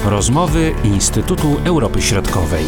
Rozmowy Instytutu Europy Środkowej.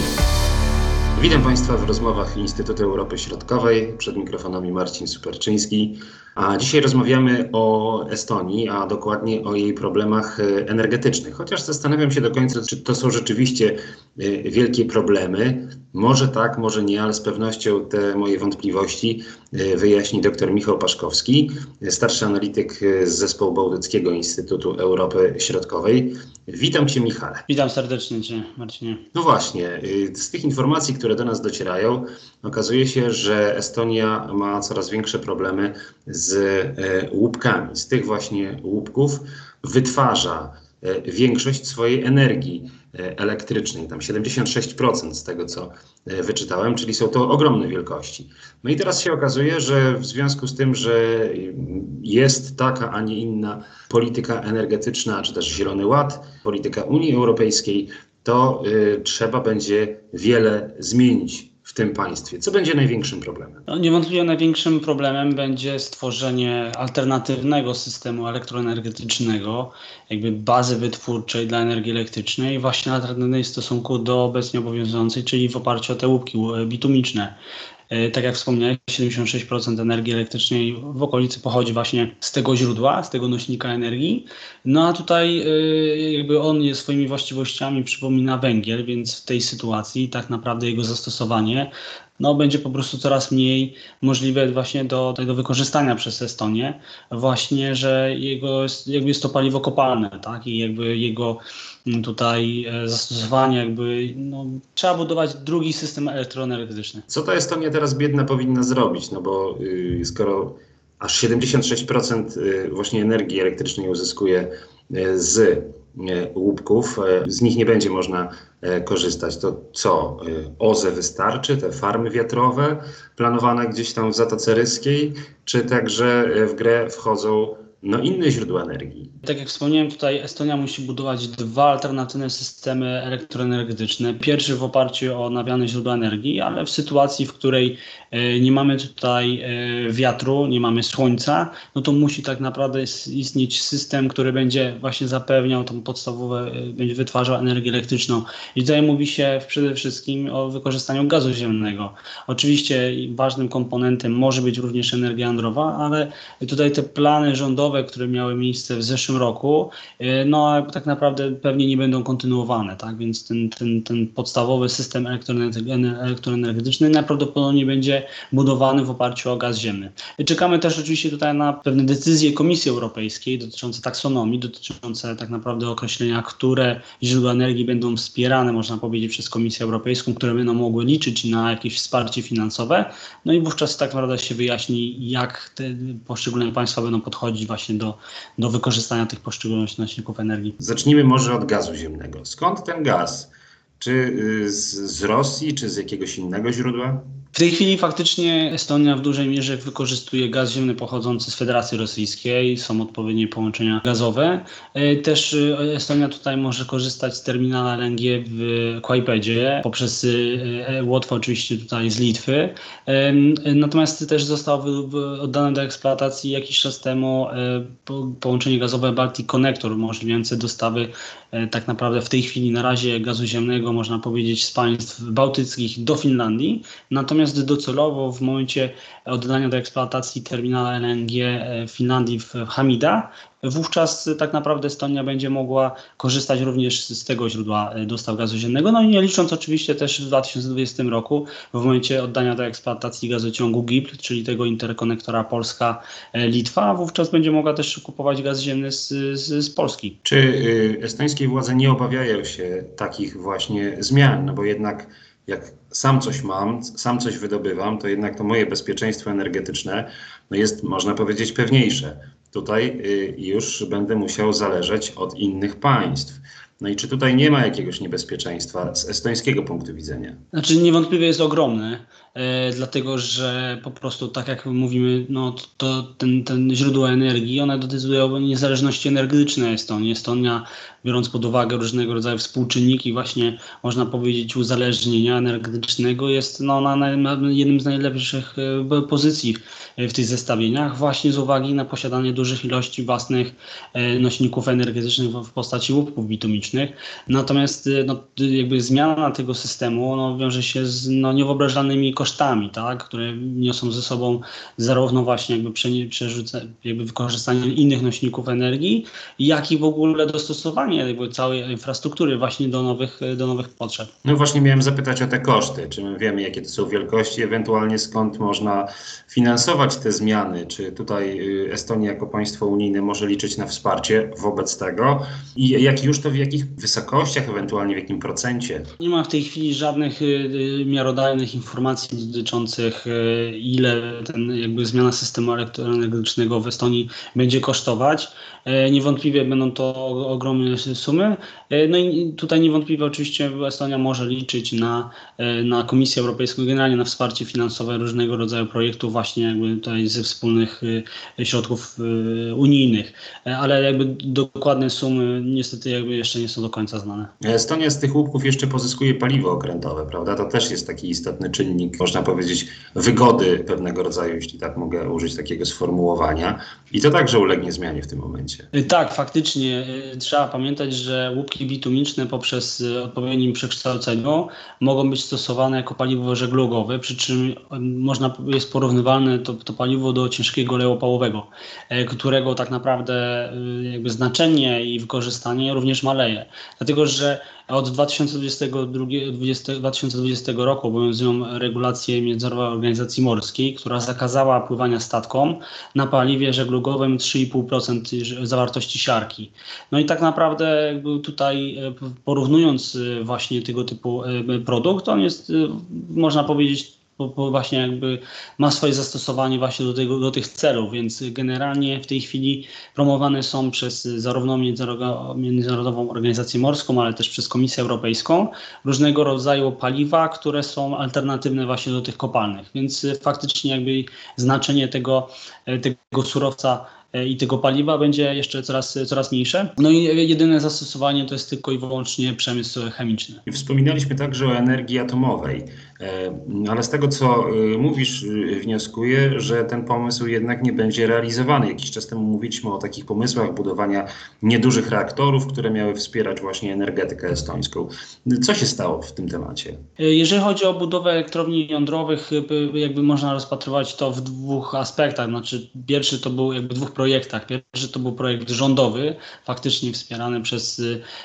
Witam Państwa w rozmowach Instytutu Europy Środkowej. Przed mikrofonami Marcin Superczyński. A dzisiaj rozmawiamy o Estonii, a dokładnie o jej problemach energetycznych. Chociaż zastanawiam się do końca, czy to są rzeczywiście wielkie problemy. Może tak, może nie, ale z pewnością te moje wątpliwości wyjaśni dr Michał Paszkowski, starszy analityk z Zespołu Bałtyckiego Instytutu Europy Środkowej. Witam Cię, Michale. Witam serdecznie Cię, Marcinie. No właśnie, z tych informacji, które do nas docierają, okazuje się, że Estonia ma coraz większe problemy z łupkami. Z tych właśnie łupków wytwarza większość swojej energii elektrycznej, tam 76% z tego, co wyczytałem, czyli są to ogromne wielkości. No i teraz się okazuje, że w związku z tym, że jest taka, a nie inna polityka energetyczna, czy też Zielony Ład, polityka Unii Europejskiej, to trzeba będzie wiele zmienić w tym państwie. Co będzie największym problemem? No, niewątpliwie największym problemem będzie stworzenie alternatywnego systemu elektroenergetycznego, jakby bazy wytwórczej dla energii elektrycznej, właśnie alternatywnej w stosunku do obecnie obowiązującej, czyli w oparciu o te łupki bitumiczne. Tak jak wspomniałeś, 76% energii elektrycznej w okolicy pochodzi właśnie z tego źródła, z tego nośnika energii. No a tutaj jakby on swoimi właściwościami przypomina węgiel, więc w tej sytuacji tak naprawdę jego zastosowanie będzie po prostu coraz mniej możliwe właśnie do tego wykorzystania przez Estonię. Właśnie, że jest to paliwo kopalne, tak? I jakby jego tutaj zastosowanie trzeba budować drugi system elektroenergetyczny. Co ta Estonia teraz biedna powinna zrobić? No bo skoro aż 76% właśnie energii elektrycznej uzyskuje z łupków, z nich nie będzie można korzystać. To co? OZE wystarczy? Te farmy wiatrowe planowane gdzieś tam w Zatoce Ryskiej? Czy także w grę wchodzą inne źródła energii? Tak jak wspomniałem, tutaj Estonia musi budować dwa alternatywne systemy elektroenergetyczne. Pierwszy w oparciu o odnawialne źródła energii, ale w sytuacji, w której nie mamy tutaj wiatru, nie mamy słońca, to musi tak naprawdę istnieć system, który będzie właśnie zapewniał tą podstawową, będzie wytwarzał energię elektryczną. I tutaj mówi się przede wszystkim o wykorzystaniu gazu ziemnego. Oczywiście ważnym komponentem może być również energia jądrowa, ale tutaj te plany rządowe, które miały miejsce w zeszłym roku, tak naprawdę pewnie nie będą kontynuowane, tak? Więc ten podstawowy system elektroenergetyczny najprawdopodobniej będzie budowany w oparciu o gaz ziemny. Czekamy też oczywiście tutaj na pewne decyzje Komisji Europejskiej dotyczące taksonomii, dotyczące tak naprawdę określenia, które źródła energii będą wspierane, można powiedzieć, przez Komisję Europejską, które będą mogły liczyć na jakieś wsparcie finansowe. No i wówczas tak naprawdę się wyjaśni, jak te poszczególne państwa będą podchodzić właśnie do wykorzystania tych poszczególnych nośników energii. Zacznijmy może od gazu ziemnego. Skąd ten gaz? Czy z Rosji, czy z jakiegoś innego źródła? W tej chwili faktycznie Estonia w dużej mierze wykorzystuje gaz ziemny pochodzący z Federacji Rosyjskiej. Są odpowiednie połączenia gazowe. Też Estonia tutaj może korzystać z terminala LNG w Kłajpedzie poprzez Łotwę oczywiście tutaj z Litwy. Natomiast też zostało oddane do eksploatacji jakiś czas temu połączenie gazowe Baltic Connector umożliwiające dostawy tak naprawdę w tej chwili na razie gazu ziemnego, można powiedzieć, z państw bałtyckich do Finlandii. Natomiast docelowo w momencie oddania do eksploatacji terminala LNG w Finlandii w Hamida, wówczas tak naprawdę Estonia będzie mogła korzystać również z tego źródła dostaw gazu ziemnego. No i nie licząc oczywiście też w 2020 roku, w momencie oddania do eksploatacji gazociągu GIPL, czyli tego interkonektora Polska-Litwa, wówczas będzie mogła też kupować gaz ziemny z Polski. Czy estońskie władze nie obawiają się takich właśnie zmian? No bo jednak jak sam coś mam, sam coś wydobywam, to jednak to moje bezpieczeństwo energetyczne jest, można powiedzieć, pewniejsze. Tutaj już będę musiał zależeć od innych państw. No i czy tutaj nie ma jakiegoś niebezpieczeństwa z estońskiego punktu widzenia? Znaczy niewątpliwie jest ogromny, dlatego że po prostu tak jak mówimy, ten źródło energii, one decydują o niezależności energetycznej Estonii. Estonia biorąc pod uwagę różnego rodzaju współczynniki, właśnie można powiedzieć uzależnienia energetycznego, jest na jednym z najlepszych pozycji w tych zestawieniach, właśnie z uwagi na posiadanie dużych ilości własnych nośników energetycznych w postaci łupków bitumicznych. Natomiast jakby zmiana tego systemu wiąże się z niewyobrażalnymi kosztami, tak, które niosą ze sobą zarówno właśnie jakby wykorzystanie innych nośników energii, jak i w ogóle dostosowanie jakby całej infrastruktury właśnie do nowych potrzeb. No właśnie miałem zapytać o te koszty. Czy my wiemy, jakie to są wielkości, ewentualnie skąd można finansować te zmiany? Czy tutaj Estonia jako państwo unijne może liczyć na wsparcie wobec tego? I jak już to w jakich wysokościach, ewentualnie w jakim procencie? Nie ma w tej chwili żadnych miarodajnych informacji dotyczących ile jakby zmiana systemu elektroenergetycznego w Estonii będzie kosztować. Niewątpliwie będą to ogromne sumy. No i tutaj niewątpliwie oczywiście Estonia może liczyć na Komisję Europejską, generalnie na wsparcie finansowe różnego rodzaju projektów właśnie jakby tutaj ze wspólnych środków unijnych. Ale jakby dokładne sumy niestety jakby jeszcze nie są do końca znane. Estonia z tych łupków jeszcze pozyskuje paliwo okrętowe, prawda? To też jest taki istotny czynnik, można powiedzieć, wygody pewnego rodzaju, jeśli tak mogę użyć takiego sformułowania. I to także ulegnie zmianie w tym momencie. Tak, faktycznie trzeba pamiętać, że łupki bitumiczne poprzez odpowiednim przekształceniu mogą być stosowane jako paliwo żeglugowe, przy czym jest porównywalne to paliwo do ciężkiego oleju opałowego, którego tak naprawdę jakby znaczenie i wykorzystanie również maleje. Dlatego, że od 2020 roku obowiązują regulacje Międzynarodowej Organizacji Morskiej, która zakazała pływania statkom na paliwie żeglugowym 3,5% zawartości siarki. No i tak naprawdę jakby tutaj porównując właśnie tego typu produkt, on jest, można powiedzieć, bo właśnie jakby ma swoje zastosowanie właśnie do tych celów, więc generalnie w tej chwili promowane są przez zarówno Międzynarodową Organizację Morską, ale też przez Komisję Europejską różnego rodzaju paliwa, które są alternatywne właśnie do tych kopalnych, więc faktycznie jakby znaczenie tego surowca i tego paliwa będzie jeszcze coraz mniejsze. No i jedyne zastosowanie to jest tylko i wyłącznie przemysł chemiczny. Wspominaliśmy także o energii atomowej, ale z tego, co mówisz, wnioskuję, że ten pomysł jednak nie będzie realizowany. Jakiś czas temu mówiliśmy o takich pomysłach budowania niedużych reaktorów, które miały wspierać właśnie energetykę estońską. Co się stało w tym temacie? Jeżeli chodzi o budowę elektrowni jądrowych, jakby można rozpatrywać to w dwóch aspektach. Znaczy, pierwszy to był jakby w dwóch projektach. Pierwszy to był projekt rządowy, faktycznie wspierany przez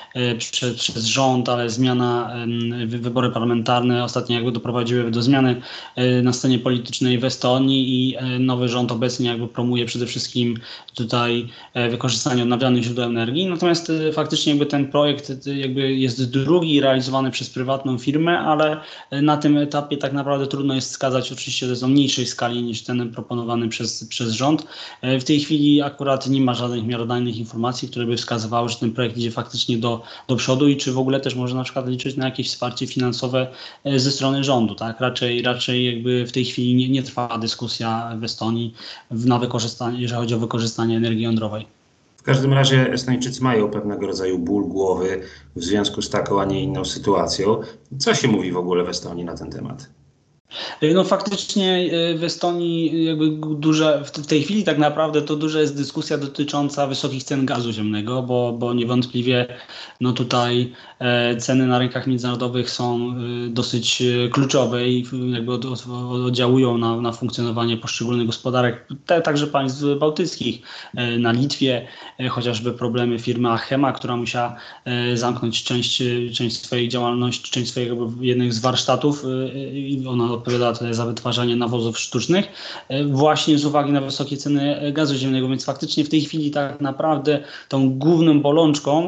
rząd, ale wybory parlamentarne ostatnio jakby doprowadziły do zmiany na scenie politycznej w Estonii i nowy rząd obecnie jakby promuje przede wszystkim tutaj wykorzystanie odnawialnych źródeł energii. Natomiast faktycznie jakby ten projekt jakby jest drugi, realizowany przez prywatną firmę, ale na tym etapie tak naprawdę trudno jest wskazać, oczywiście to jest o mniejszej skali niż ten proponowany przez rząd. W tej chwili akurat nie ma żadnych miarodajnych informacji, które by wskazywały, że ten projekt idzie faktycznie do przodu i czy w ogóle też można na przykład liczyć na jakieś wsparcie finansowe ze strony rządu. Tak? Raczej jakby w tej chwili nie trwa dyskusja w Estonii jeżeli chodzi o wykorzystanie energii jądrowej. W każdym razie Estończycy mają pewnego rodzaju ból głowy w związku z taką, a nie inną sytuacją. Co się mówi w ogóle w Estonii na ten temat? No faktycznie w Estonii jakby w tej chwili tak naprawdę to duża jest dyskusja dotycząca wysokich cen gazu ziemnego, bo niewątpliwie no tutaj ceny na rynkach międzynarodowych są dosyć kluczowe i jakby oddziałują na funkcjonowanie poszczególnych gospodarek, także państw bałtyckich. Na Litwie chociażby problemy firmy Achema, która musiała zamknąć część swojej działalności, część swojego jednych z warsztatów i ona odpowiada tutaj za wytwarzanie nawozów sztucznych, właśnie z uwagi na wysokie ceny gazu ziemnego, więc faktycznie w tej chwili tak naprawdę tą główną bolączką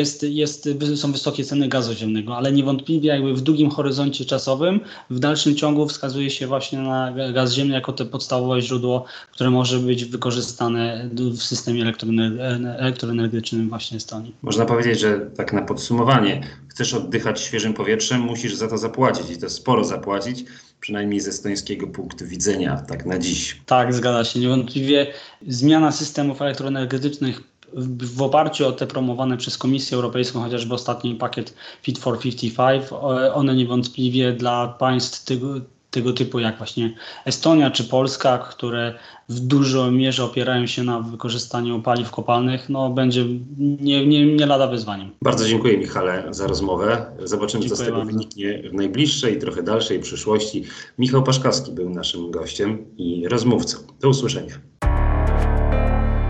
są wysokie ceny gazu ziemnego, ale niewątpliwie jakby w długim horyzoncie czasowym, w dalszym ciągu wskazuje się właśnie na gaz ziemny jako to podstawowe źródło, które może być wykorzystane w systemie elektroenergetycznym właśnie Estonii. Można powiedzieć, że tak na podsumowanie, chcesz oddychać świeżym powietrzem, musisz za to zapłacić i to sporo zapłacić, przynajmniej z estońskiego punktu widzenia, tak na dziś. Tak, zgadza się. Niewątpliwie zmiana systemów elektroenergetycznych w oparciu o te promowane przez Komisję Europejską, chociażby ostatni pakiet Fit for 55, one niewątpliwie dla państw tego typu jak właśnie Estonia czy Polska, które w dużej mierze opierają się na wykorzystaniu paliw kopalnych, no będzie nie lada wyzwaniem. Bardzo dziękuję, Michale, za rozmowę. Zobaczymy, co z tego bardzo. wyniknie w najbliższej i trochę dalszej przyszłości. Michał Paszkowski był naszym gościem i rozmówcą. Do usłyszenia.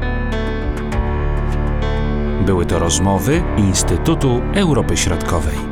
Były to rozmowy Instytutu Europy Środkowej.